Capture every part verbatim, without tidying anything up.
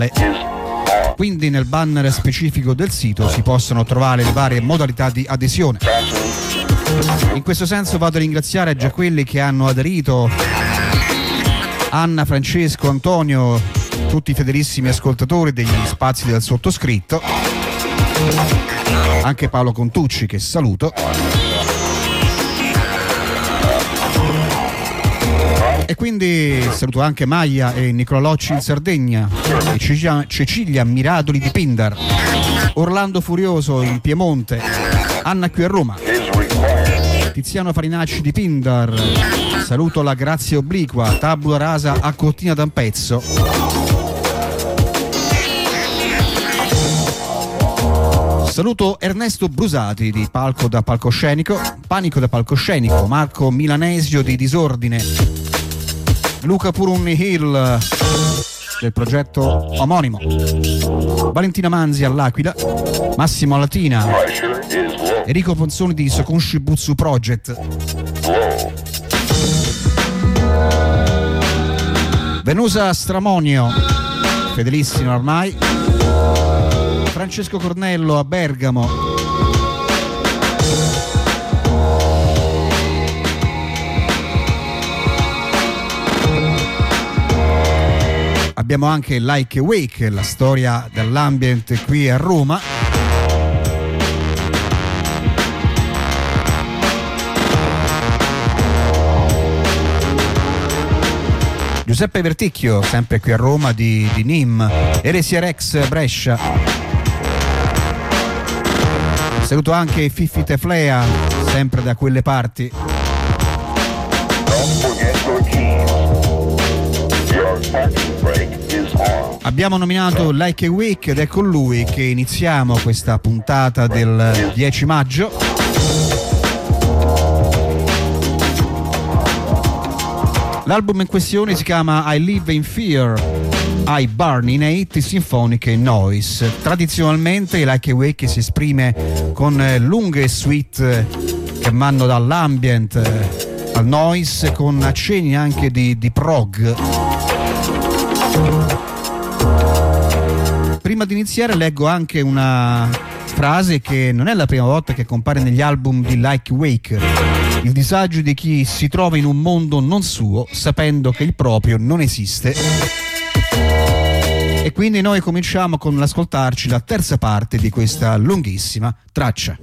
Quindi nel banner specifico del sito si possono trovare le varie modalità di adesione. In questo senso vado a ringraziare già quelli che hanno aderito: Anna, Francesco, Antonio, tutti i fedelissimi ascoltatori degli spazi del sottoscritto, anche Paolo Contucci, che saluto. E quindi saluto anche Maia e Nicola Locci in Sardegna, e Cecilia, Cecilia Miradoli di Pindar, Orlando Furioso in Piemonte, Anna qui a Roma, Tiziano Farinacci di Pindar, saluto la Grazia Obliqua, Tabula Rasa a Cortina d'Ampezzo. Saluto Ernesto Brusati di Palco da Palcoscenico, Panico da Palcoscenico, Marco Milanesio di Disordine, Luca Purunni Hill del progetto omonimo, Valentina Manzi all'Aquila, Massimo Latina, Enrico Ponzoni di Sokonshibutsu Project, Venusa Stramonio, fedelissimo ormai, Francesco Cornello a Bergamo, abbiamo anche Like a Wake, la storia dell'ambient qui a Roma. Giuseppe Verticchio, sempre qui a Roma, di, di N I M, Eresia Rex Brescia. Saluto anche Fiffi Teflea, sempre da quelle parti. Abbiamo nominato Like a Week ed è con lui che iniziamo questa puntata del dieci maggio. L'album in questione si chiama I Live in Fear, I Burn in Hate Symphonic Noise. Tradizionalmente Like a Week si esprime con lunghe suite che vanno dall'ambient al noise, con accenni anche di, di prog. Prima di iniziare leggo anche una frase che non è la prima volta che compare negli album di Like Wake: il disagio di chi si trova in un mondo non suo, sapendo che il proprio non esiste. E quindi noi cominciamo con l'ascoltarci la terza parte di questa lunghissima traccia.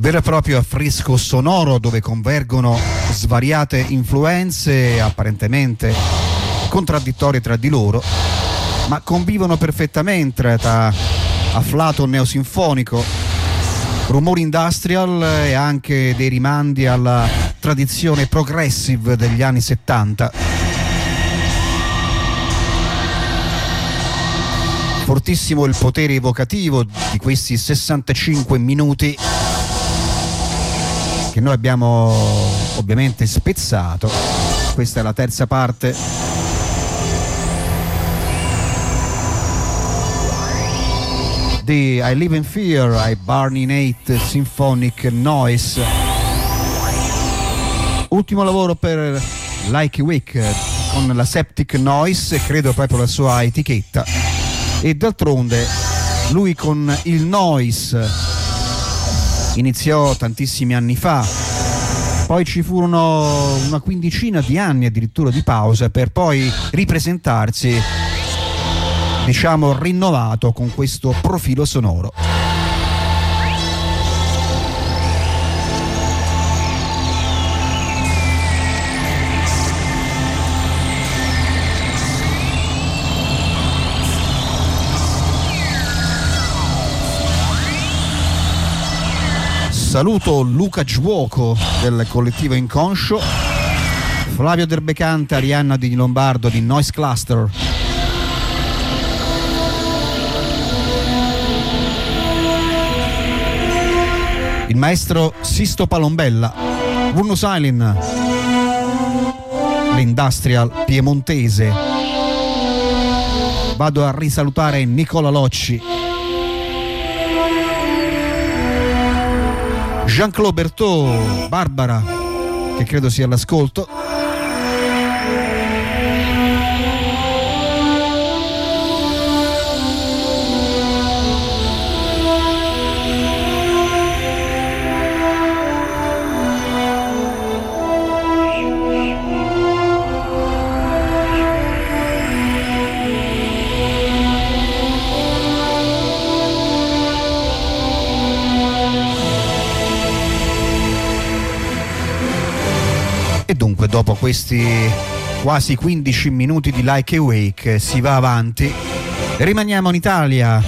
vero e proprio affresco sonoro dove convergono svariate influenze apparentemente contraddittorie tra di loro, ma convivono perfettamente tra afflato neosinfonico, rumori industrial e anche dei rimandi alla tradizione progressive degli anni settanta. Fortissimo il potere evocativo di questi sessantacinque minuti che noi abbiamo ovviamente spezzato. Questa è la terza parte. Di I Live in Fear, I Burn in Hate Symphonic Noise. Ultimo lavoro per Like Week con la Septic Noise, credo proprio la sua etichetta. E d'altronde lui con il noise iniziò tantissimi anni fa, poi ci furono una quindicina di anni addirittura di pausa per poi ripresentarsi, diciamo, rinnovato con questo profilo sonoro. Saluto Luca Giuoco del collettivo Inconscio, Flavio Derbecante, Arianna Di Lombardo di Noise Cluster, il maestro Sisto Palombella, Vurnus Island, l'Industrial piemontese. Vado a risalutare Nicola Locci, Jean-Claude Berthaud, Barbara, che credo sia all'ascolto. E dunque dopo questi quasi quindici minuti di Like Awake si va avanti, rimaniamo in Italia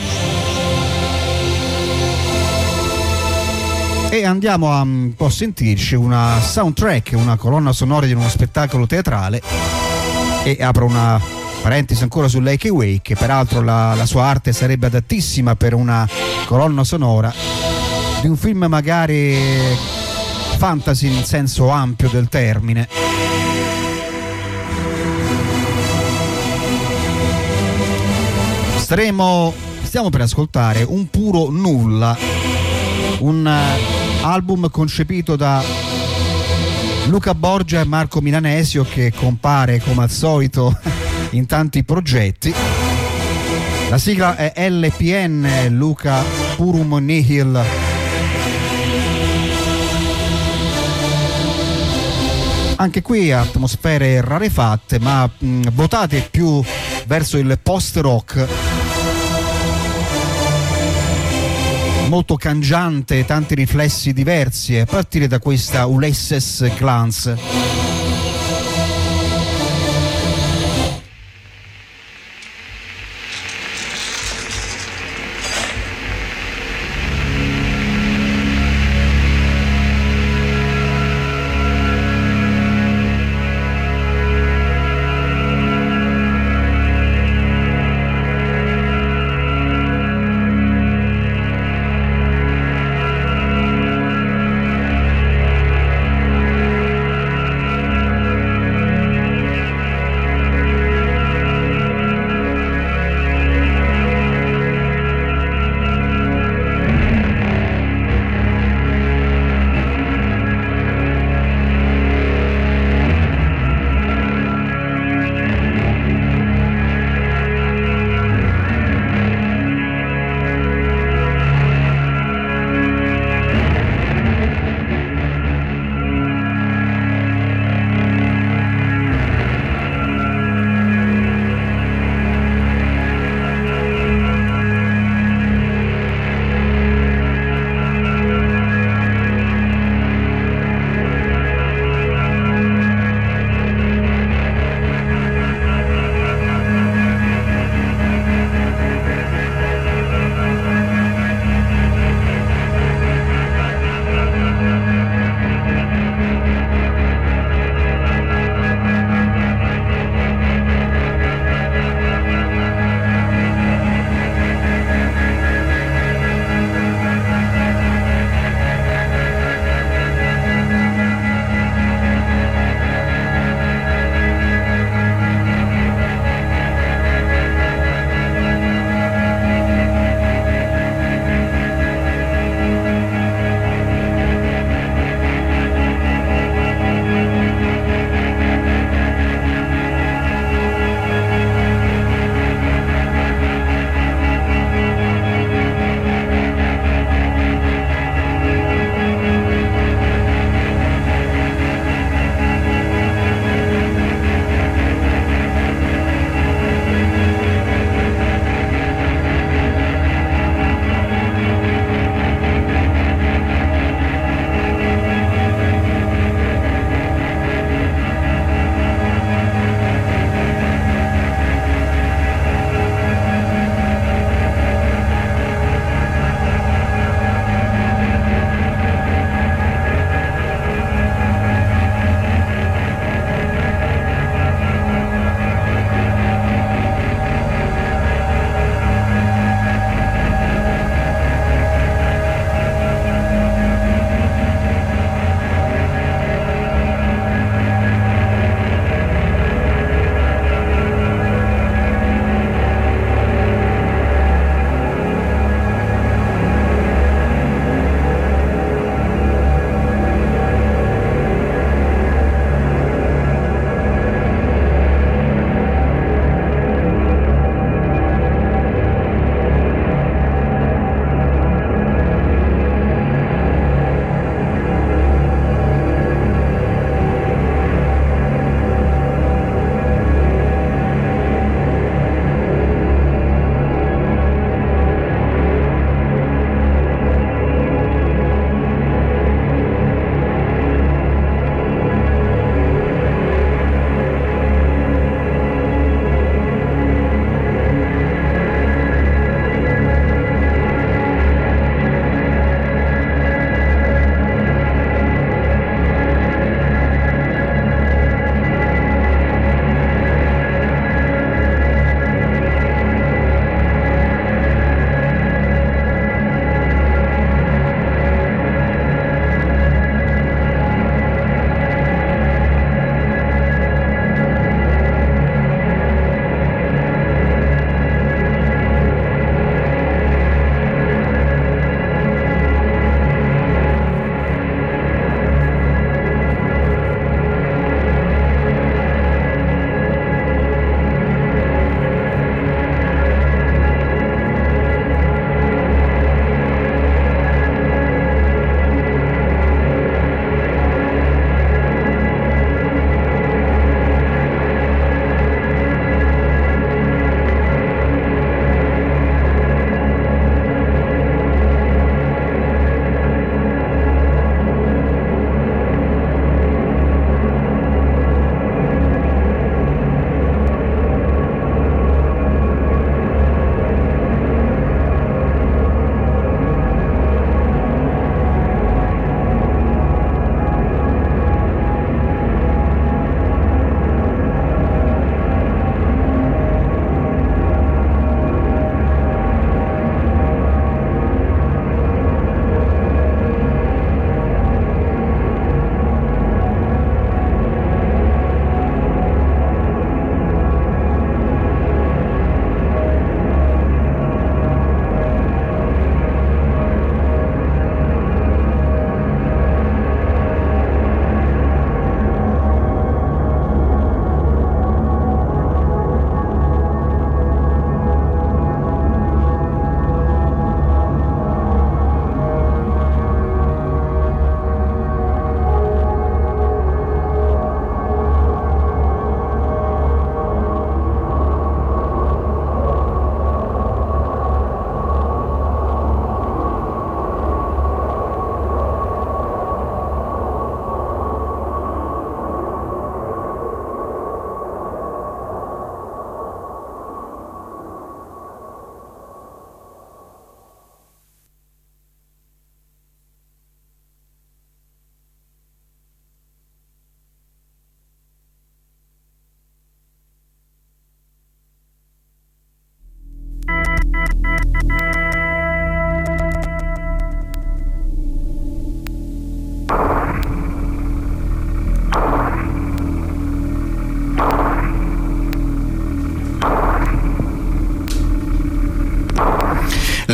e andiamo a un po' sentirci una soundtrack, una colonna sonora di uno spettacolo teatrale. E apro una parentesi ancora su Like Awake, peraltro la, la sua arte sarebbe adattissima per una colonna sonora di un film magari fantasy in senso ampio del termine. Staremo, stiamo per ascoltare Un puro nulla, un album concepito da Luca Borgia e Marco Milanesio, che compare come al solito in tanti progetti. La sigla è L P N, Luca Purum Nihil. Anche qui atmosfere rarefatte, ma mh, votate più verso il post-rock, molto cangiante, tanti riflessi diversi, a partire da questa Ulysses Glance.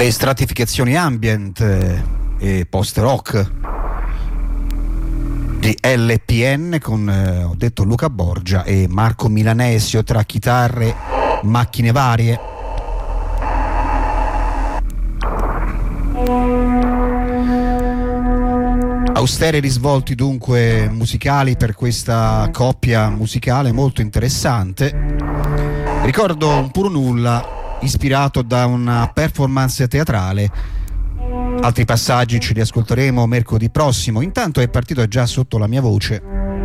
le stratificazioni ambient e post rock di L P N con, eh, ho detto, Luca Borgia e Marco Milanesio, tra chitarre, macchine varie. Austeri risvolti dunque musicali per questa coppia musicale molto interessante. Ricordo un puro nulla ispirato da una performance teatrale. Altri passaggi ce li ascolteremo mercoledì prossimo. Intanto è partito già sotto la mia voce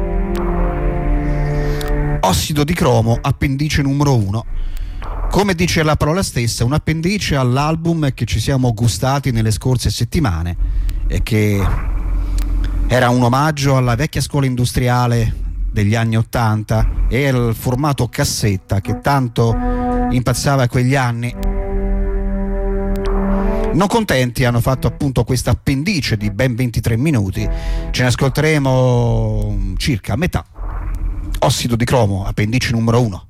Ossido di cromo, appendice numero uno. Come dice la parola stessa, un appendice all'album che ci siamo gustati nelle scorse settimane e che era un omaggio alla vecchia scuola industriale degli anni ottanta e al formato cassetta che tanto impazzava quegli anni. Non contenti hanno fatto appunto questa appendice di ben ventitré minuti. Ce ne ascolteremo circa a metà. Ossido di cromo, appendice numero uno.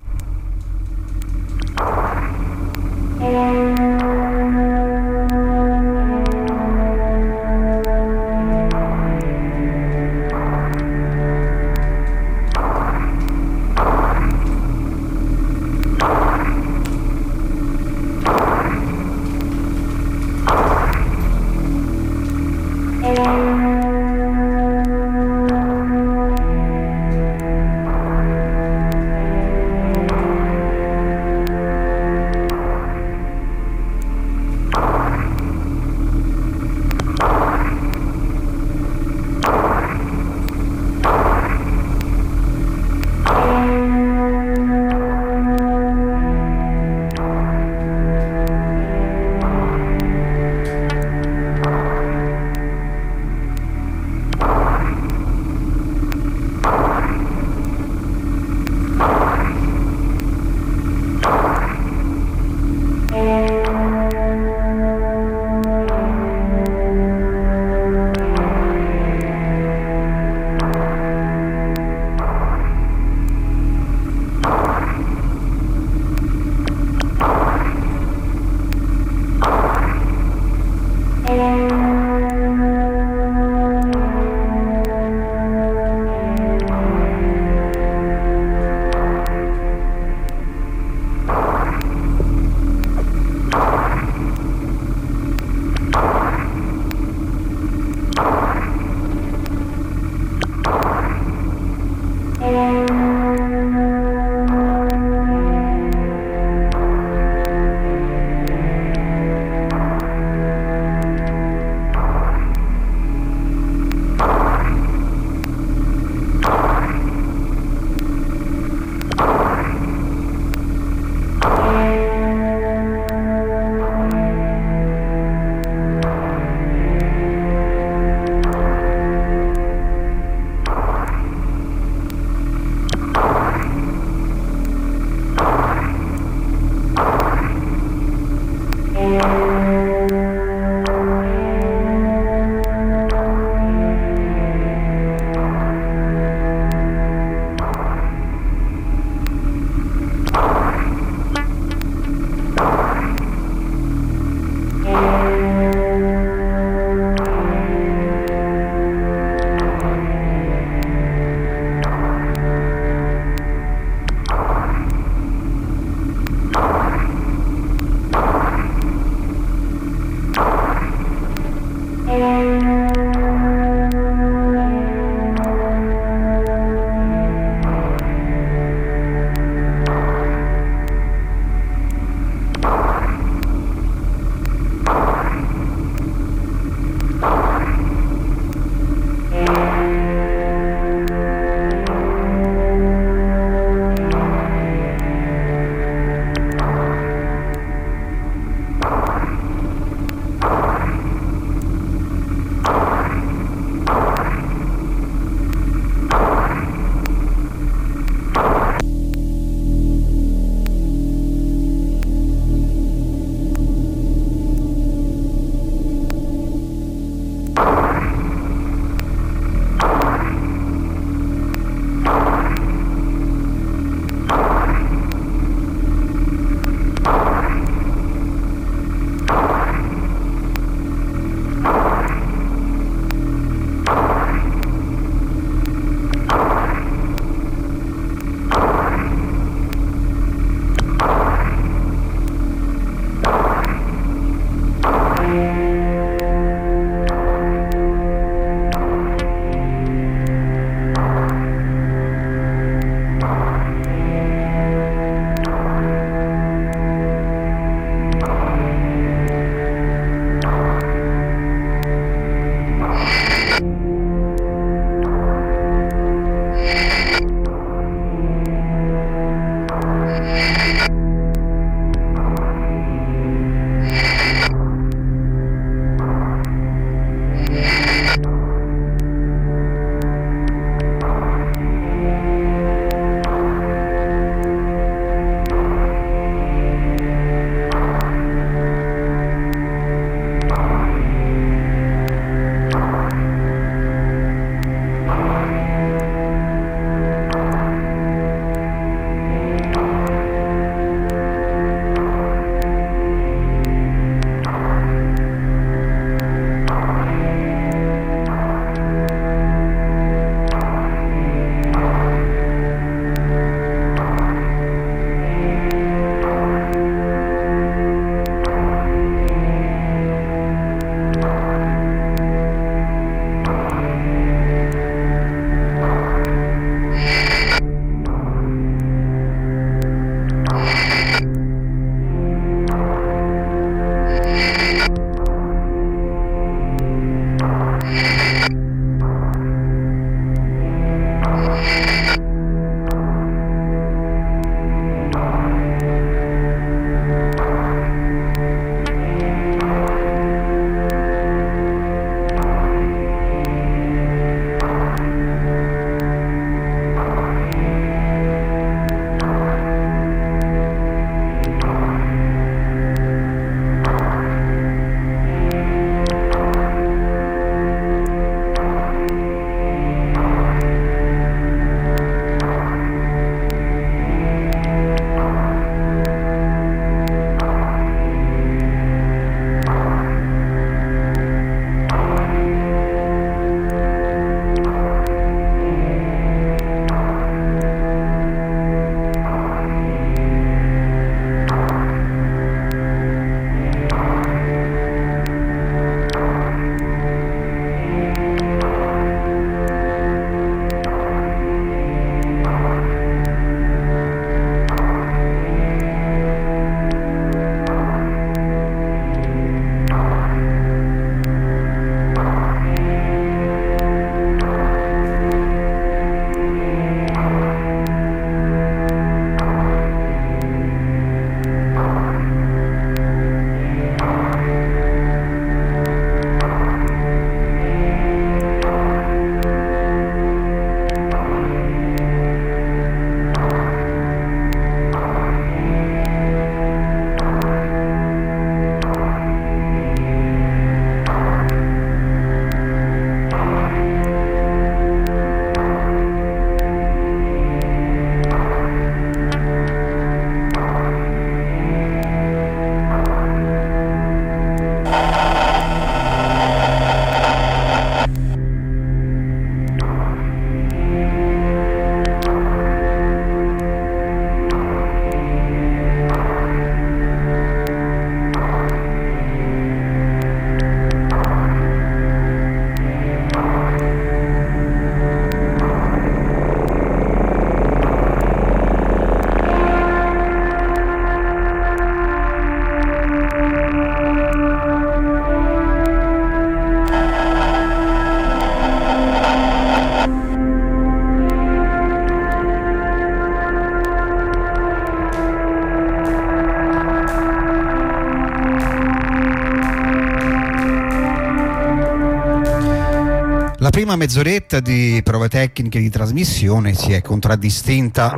La prima mezz'oretta di prove tecniche di trasmissione si è contraddistinta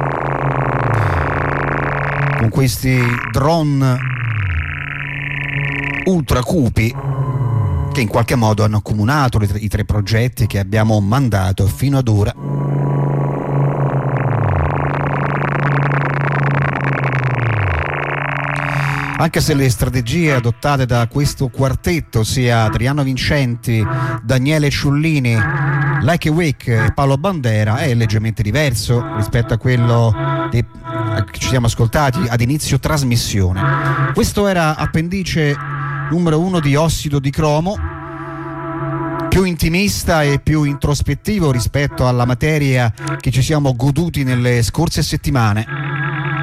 con questi drone ultra cupi che in qualche modo hanno accomunato le tre, i tre progetti che abbiamo mandato fino ad ora. Anche se le strategie adottate da questo quartetto, sia Adriano Vincenti, Daniele Ciullini, Like a Week e Paolo Bandera, è leggermente diverso rispetto a quello dei, che ci siamo ascoltati ad inizio trasmissione. Questo era appendice numero uno di Ossido di Cromo, più intimista e più introspettivo rispetto alla materia che ci siamo goduti nelle scorse settimane.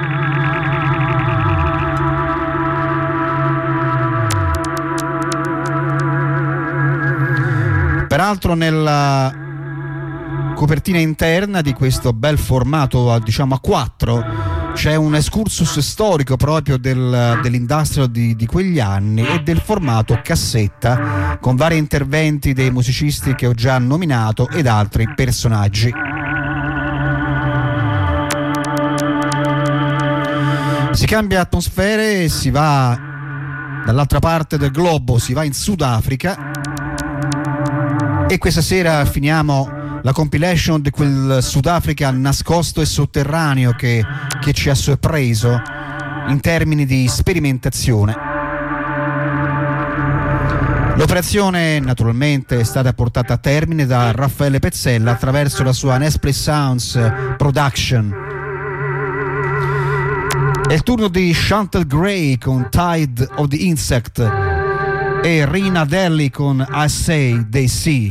Peraltro nella copertina interna di questo bel formato diciamo a quattro c'è un excursus storico proprio del, dell'industrial di, di quegli anni e del formato cassetta con vari interventi dei musicisti che ho già nominato ed altri personaggi. Si cambia atmosfere e si va dall'altra parte del globo, si va in Sudafrica. E questa sera finiamo la compilation di quel Sudafrica nascosto e sotterraneo che, che ci ha sorpreso in termini di sperimentazione. L'operazione naturalmente è stata portata a termine da Raffaele Pezzella attraverso la sua Nesple Sounds Production. È il turno di Chantal Gray con Tide of the Insect e Rina Delli con I Say They See.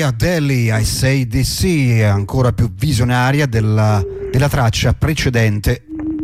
Maria Deli, I Say This, è ancora più visionaria della, della traccia precedente.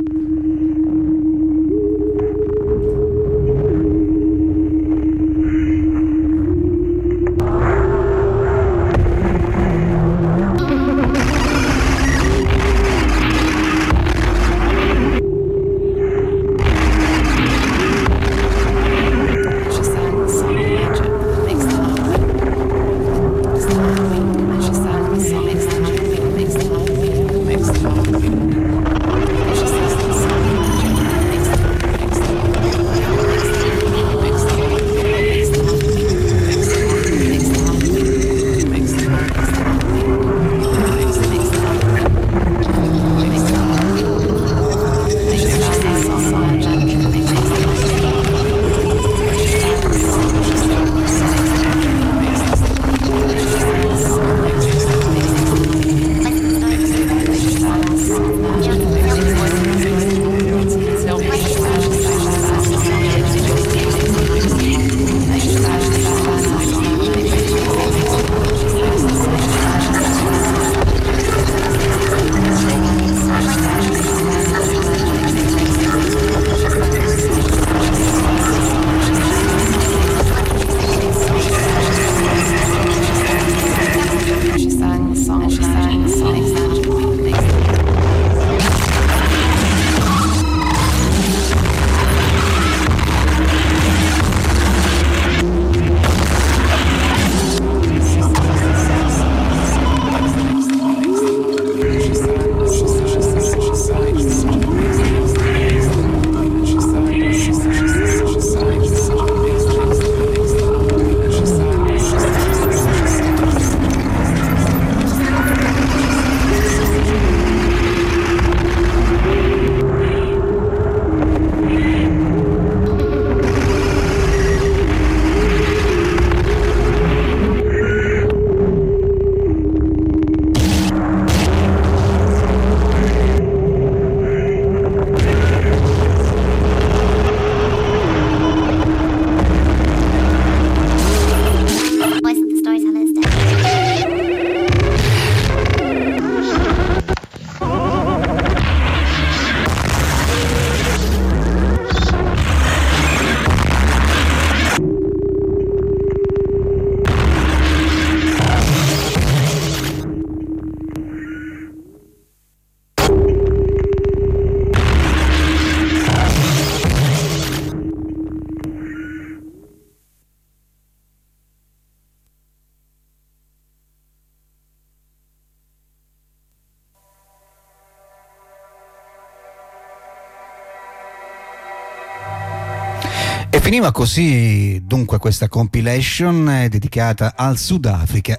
E finiva così dunque questa compilation eh, dedicata al Sudafrica.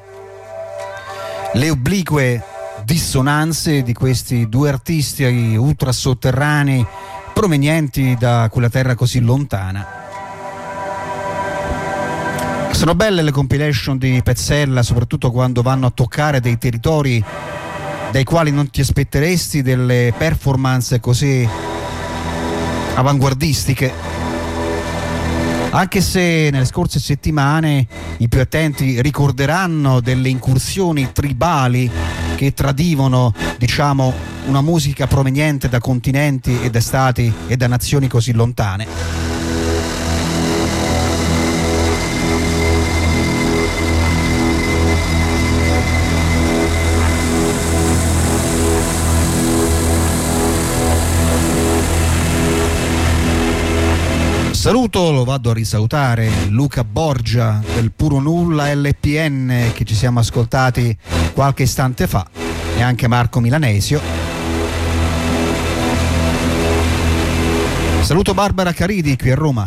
Le oblique dissonanze di questi due artisti ultrasotterranei provenienti da quella terra così lontana. Sono belle le compilation di Pezzella, soprattutto quando vanno a toccare dei territori dai quali non ti aspetteresti delle performance così avanguardistiche. Anche se nelle scorse settimane i più attenti ricorderanno delle incursioni tribali che tradivano, diciamo, una musica proveniente da continenti e da stati e da nazioni così lontane. Saluto, lo vado a risalutare, Luca Borgia del Puro Nulla L P N che ci siamo ascoltati qualche istante fa e anche Marco Milanesio. Saluto Barbara Caridi qui a Roma.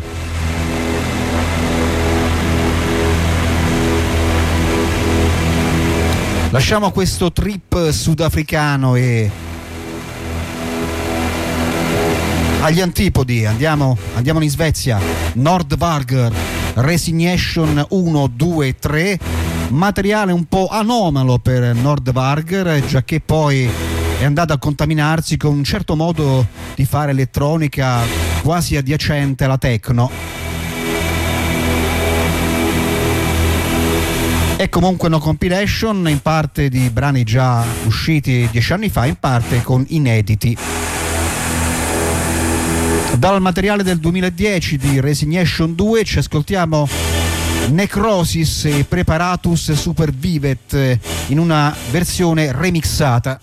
Lasciamo questo trip sudafricano e agli antipodi, andiamo, andiamo in Svezia. Nordvarger, Resignation uno, due, tre, materiale un po' anomalo per Nordvarger, già che poi è andato a contaminarsi con un certo modo di fare elettronica quasi adiacente alla techno. È comunque una compilation, in parte di brani già usciti dieci anni fa, in parte con inediti. Dal materiale del duemiladieci di Resignation due ci ascoltiamo Necrosis e Preparatus Supervivet in una versione remixata.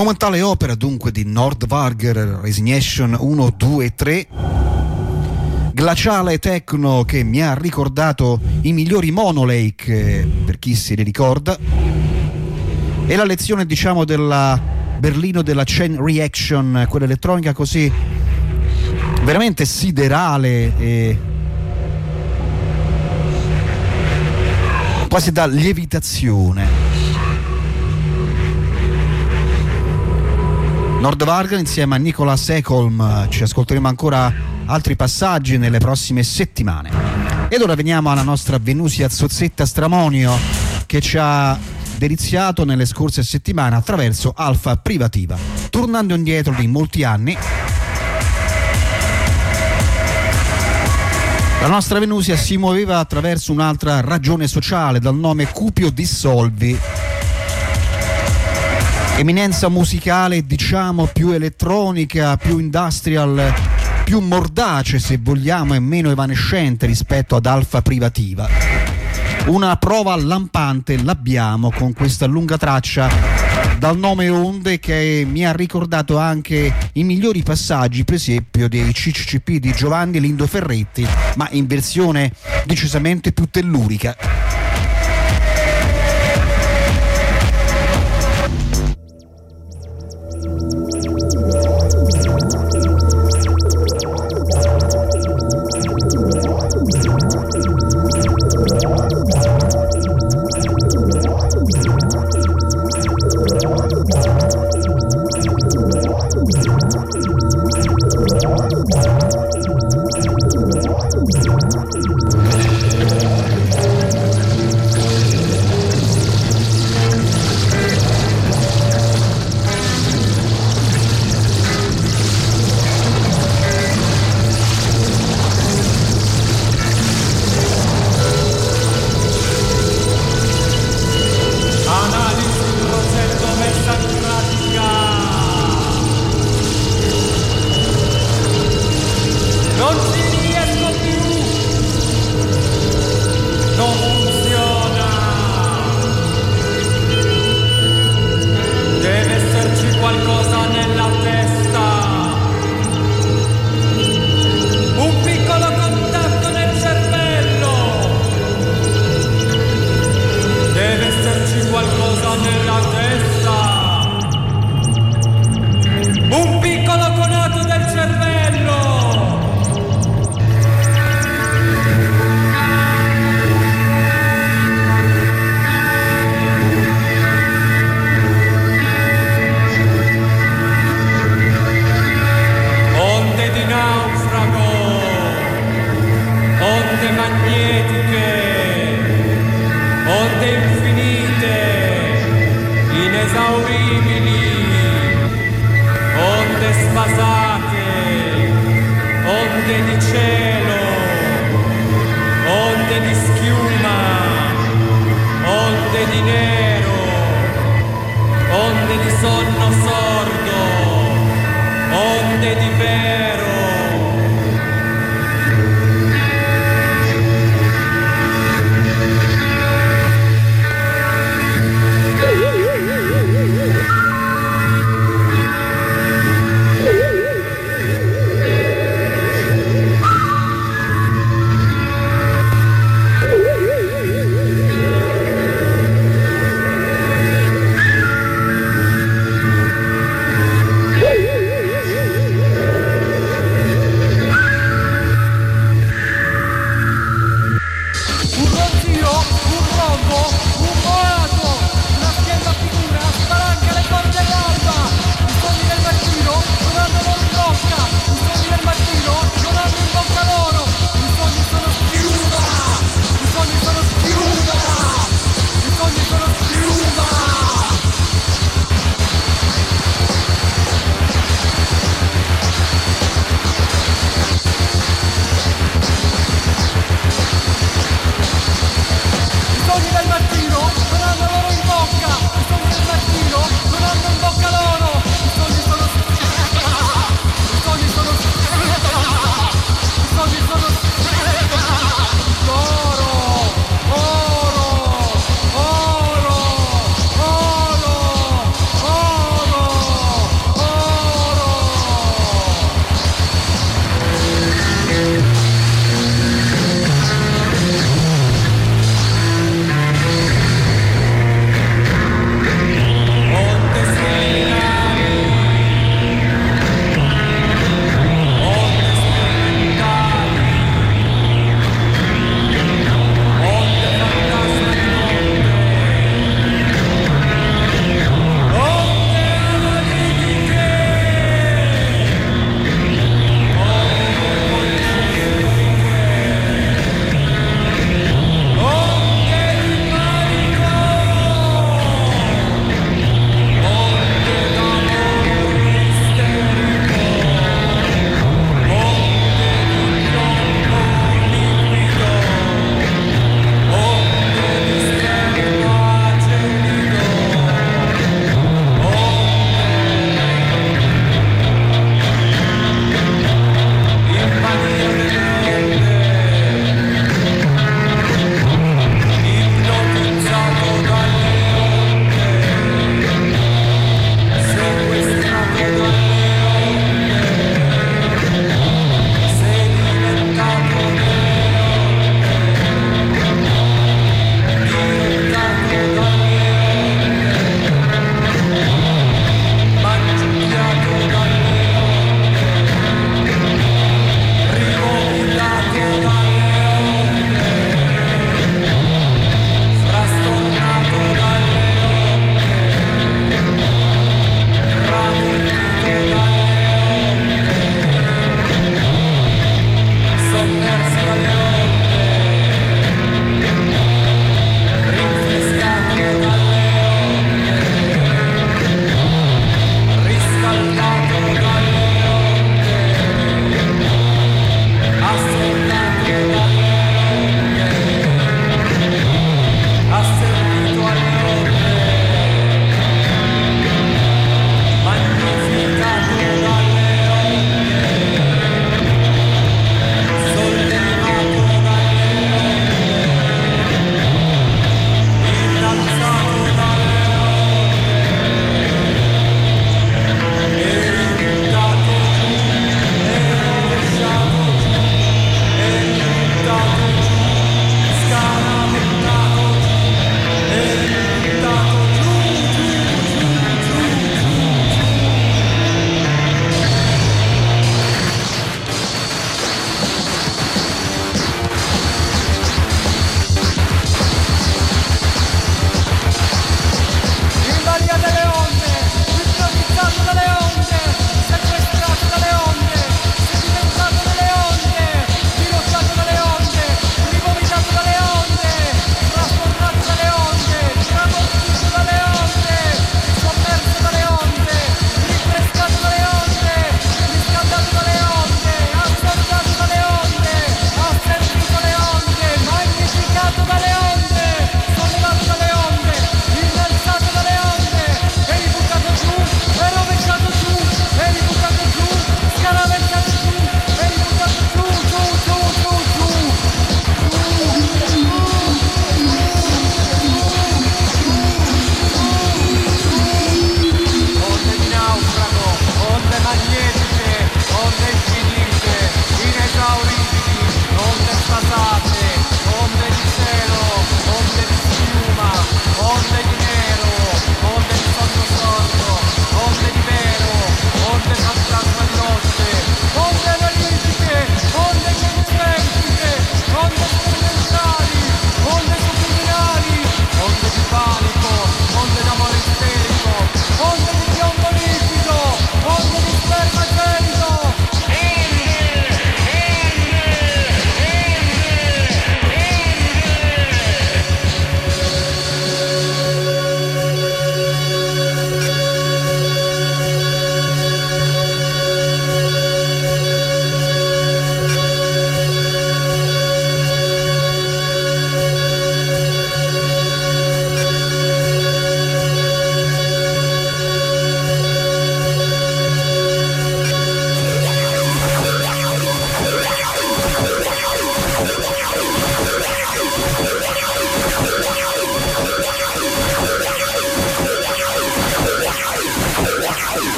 Monumentale opera dunque di Nordvarger, Resignation uno, due e tre, glaciale techno che mi ha ricordato i migliori Monolake, per chi se li ricorda, e la lezione diciamo della Berlino della Chain Reaction, quella elettronica così veramente siderale e quasi da lievitazione. Nordvarger insieme a Nicolas Ekholm, ci ascolteremo ancora altri passaggi nelle prossime settimane. Ed ora veniamo alla nostra Venusia Zozzetta Stramonio, che ci ha deliziato nelle scorse settimane attraverso Alfa Privativa. Tornando indietro di molti anni, la nostra Venusia si muoveva attraverso un'altra ragione sociale dal nome Cupio Dissolvi, eminenza musicale diciamo più elettronica, più industrial, più mordace se vogliamo e meno evanescente rispetto ad Alfa Privativa. Una prova lampante l'abbiamo con questa lunga traccia dal nome Onde, che mi ha ricordato anche i migliori passaggi per esempio dei C C C P di Giovanni Lindo Ferretti, ma in versione decisamente più tellurica.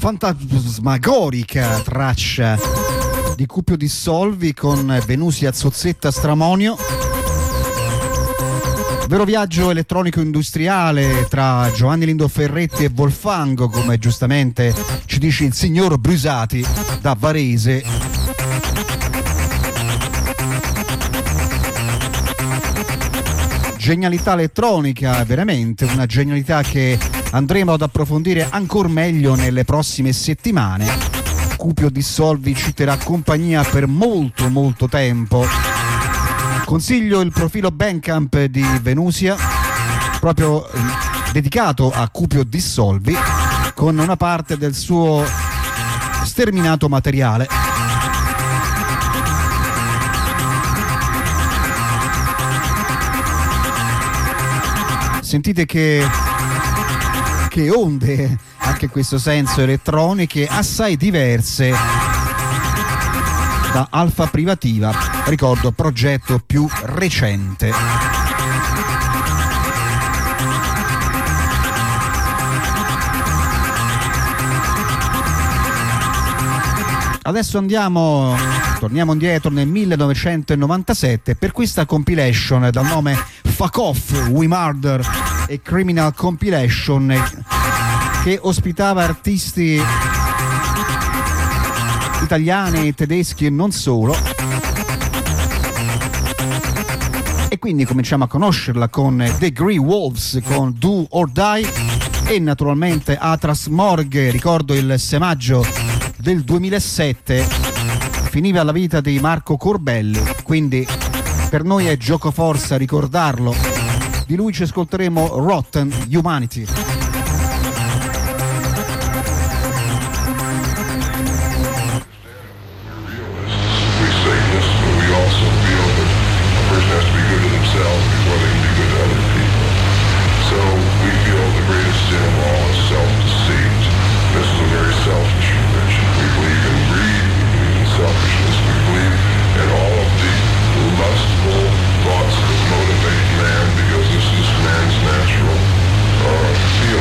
fantasmagorica traccia di Cupio Dissolvi con Venusia Zozzetta Stramonio. Vero viaggio elettronico industriale tra Giovanni Lindo Ferretti e Volfango, come giustamente ci dice il signor Brusati da Varese. Genialità elettronica, veramente una genialità che andremo ad approfondire ancora meglio nelle prossime settimane. Cupio Dissolvi ci terrà compagnia per molto molto tempo. Consiglio il profilo Bandcamp di Venusia, proprio eh, dedicato a Cupio Dissolvi, con una parte del suo sterminato materiale. Sentite che, che onde, anche in questo senso, elettroniche assai diverse da Alfa Privativa, ricordo progetto più recente. Adesso andiamo, torniamo indietro nel millenovecentonovantasette per questa compilation dal nome Fuck Off, We Murder e Criminal Compilation, che ospitava artisti italiani, tedeschi e non solo. E quindi cominciamo a conoscerla con The Grey Wolves con Do or Die e naturalmente Atras Morgue. Ricordo il sei maggio del duemilasette finiva la vita di Marco Corbelli, quindi per noi è giocoforza ricordarlo. Di lui ci ascolteremo Rotten Humanity. Selfishness, we believe in all of the lustful thoughts that motivate man, because this is man's natural uh,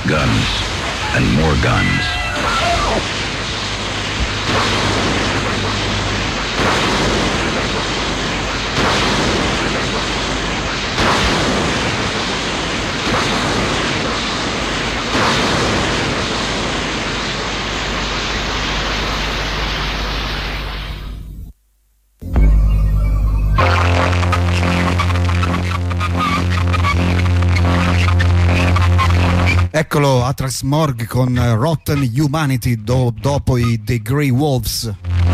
Guns and more guns. Eccolo, Atrax Morgue con Rotten Humanity do, dopo i The Grey Wolves.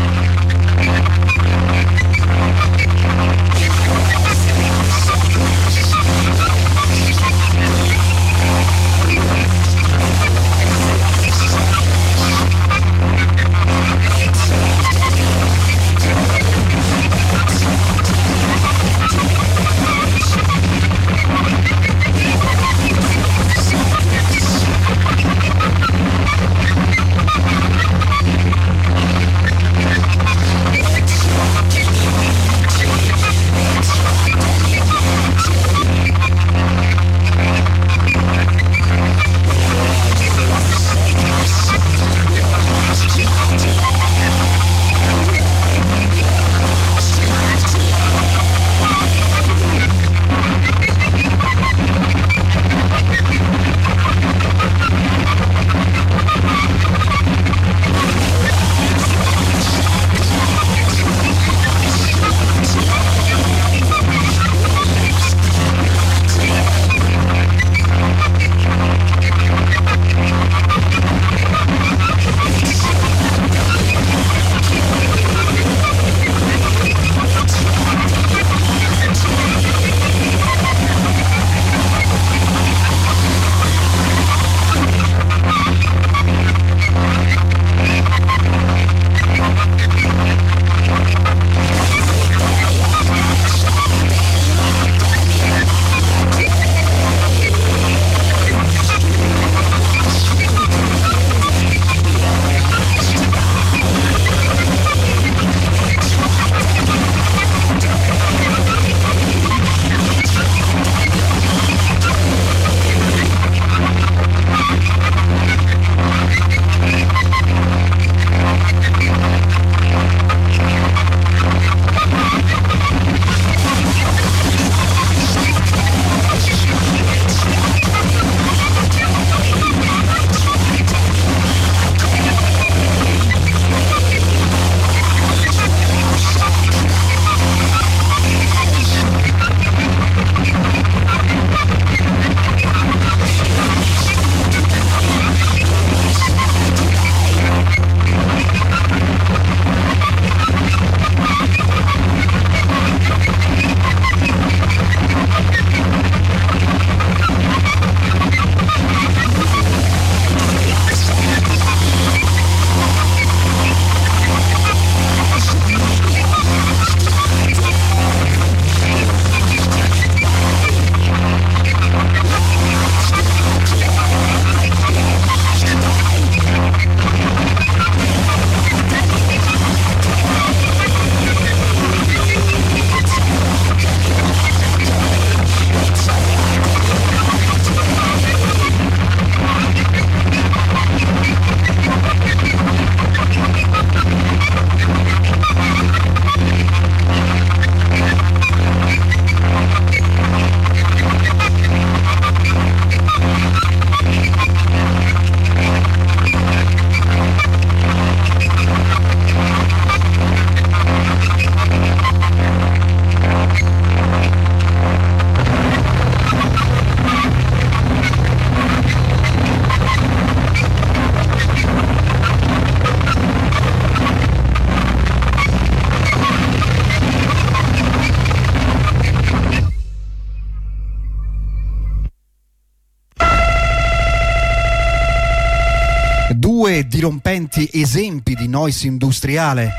due dirompenti esempi di noise industriale.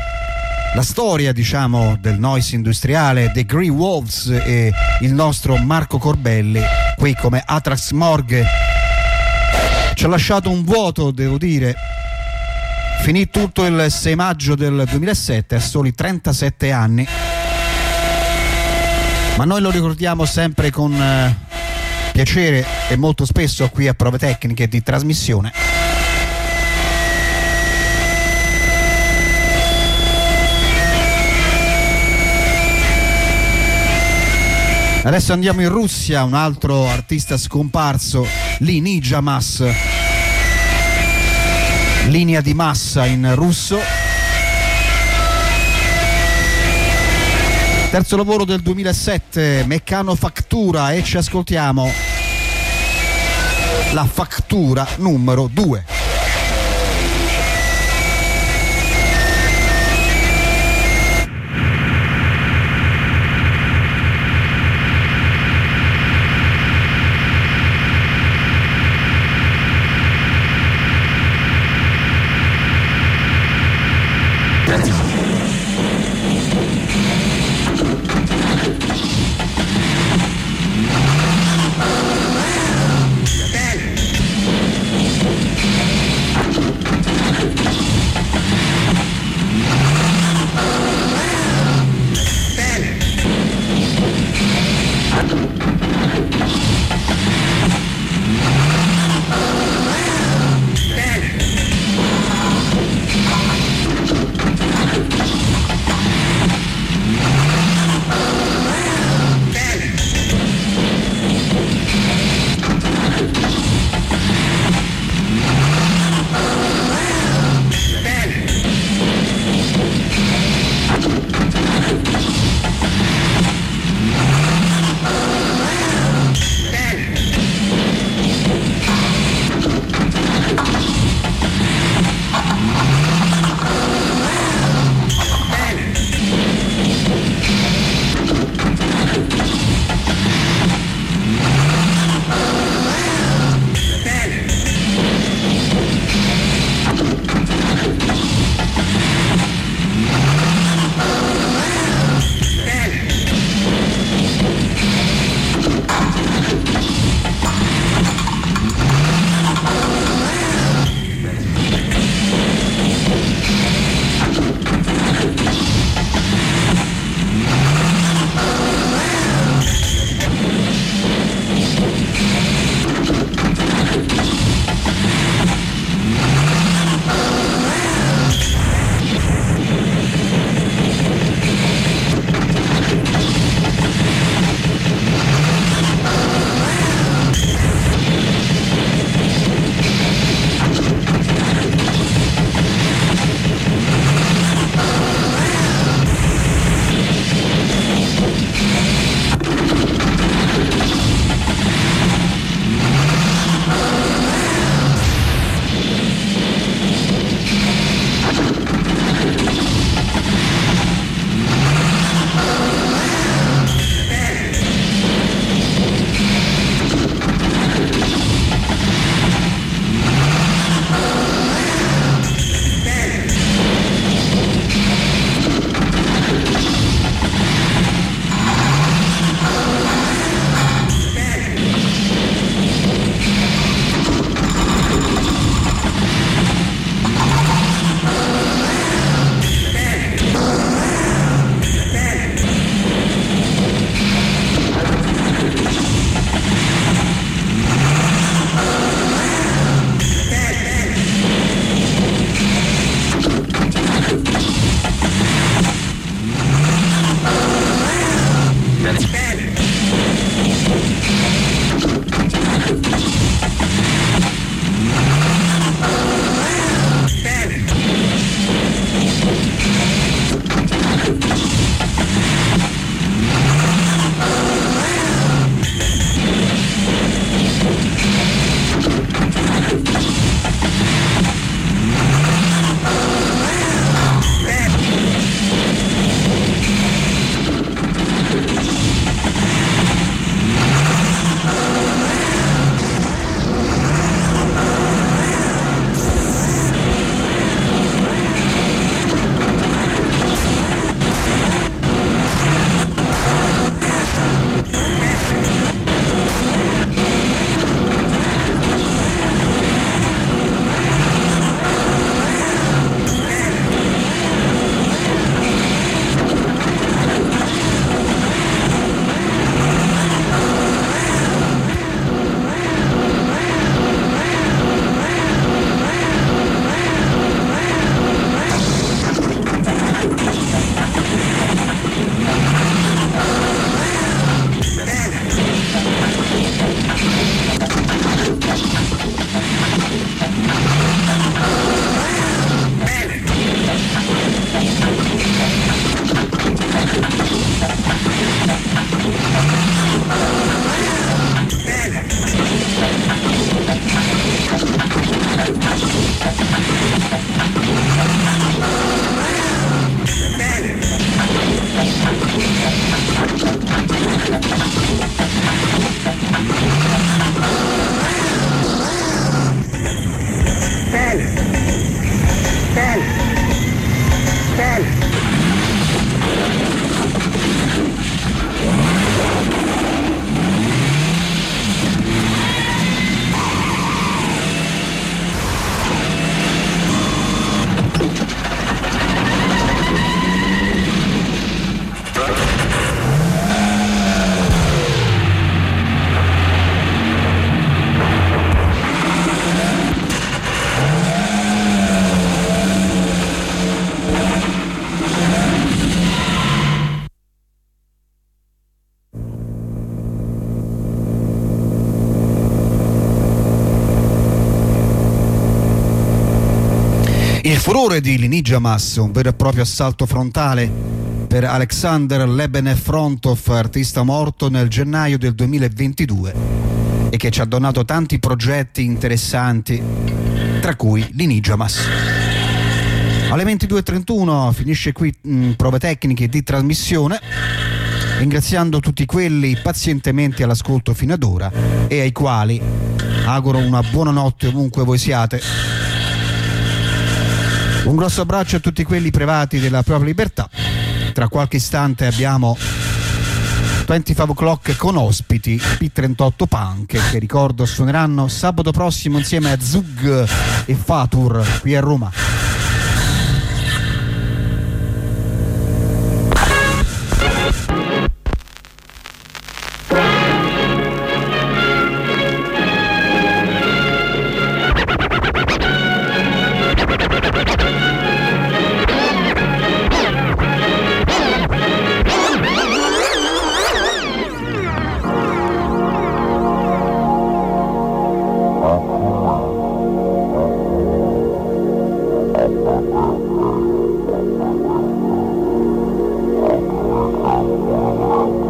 La storia, diciamo, del noise industriale, The Grey Wolves e il nostro Marco Corbelli, qui come Atrax Morgue, ci ha lasciato un vuoto, devo dire. Finì tutto il sei maggio del duemilasette, a soli trentasette anni, ma noi lo ricordiamo sempre con eh, piacere e molto spesso qui a Prove Tecniche di trasmissione. Adesso andiamo in Russia, un altro artista scomparso, Linija Mas, linea di massa in russo. Terzo lavoro del duemilasette, Meccano Factura, e ci ascoltiamo la Factura numero due. Il furore di Linija Mas, un vero e proprio assalto frontale per Alexander Lebenev-Frontov, artista morto nel gennaio del duemilaventidue e che ci ha donato tanti progetti interessanti, tra cui Linija Mas. Alle ventidue e trentuno finisce qui mh, prove tecniche di trasmissione, ringraziando tutti quelli pazientemente all'ascolto fino ad ora e ai quali auguro una buona notte ovunque voi siate. Un grosso abbraccio a tutti quelli privati della propria libertà. Tra qualche istante abbiamo venticinque O'Clock con ospiti P trentotto Punk, che ricordo suoneranno sabato prossimo insieme a Zug e Fatur qui a Roma.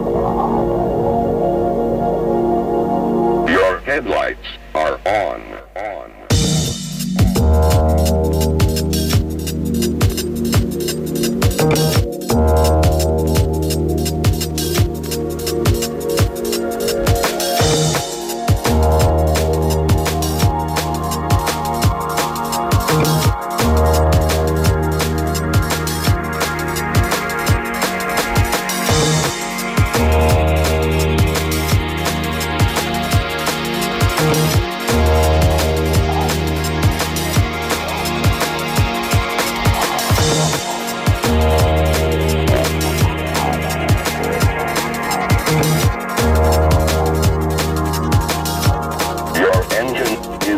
Headlights are on.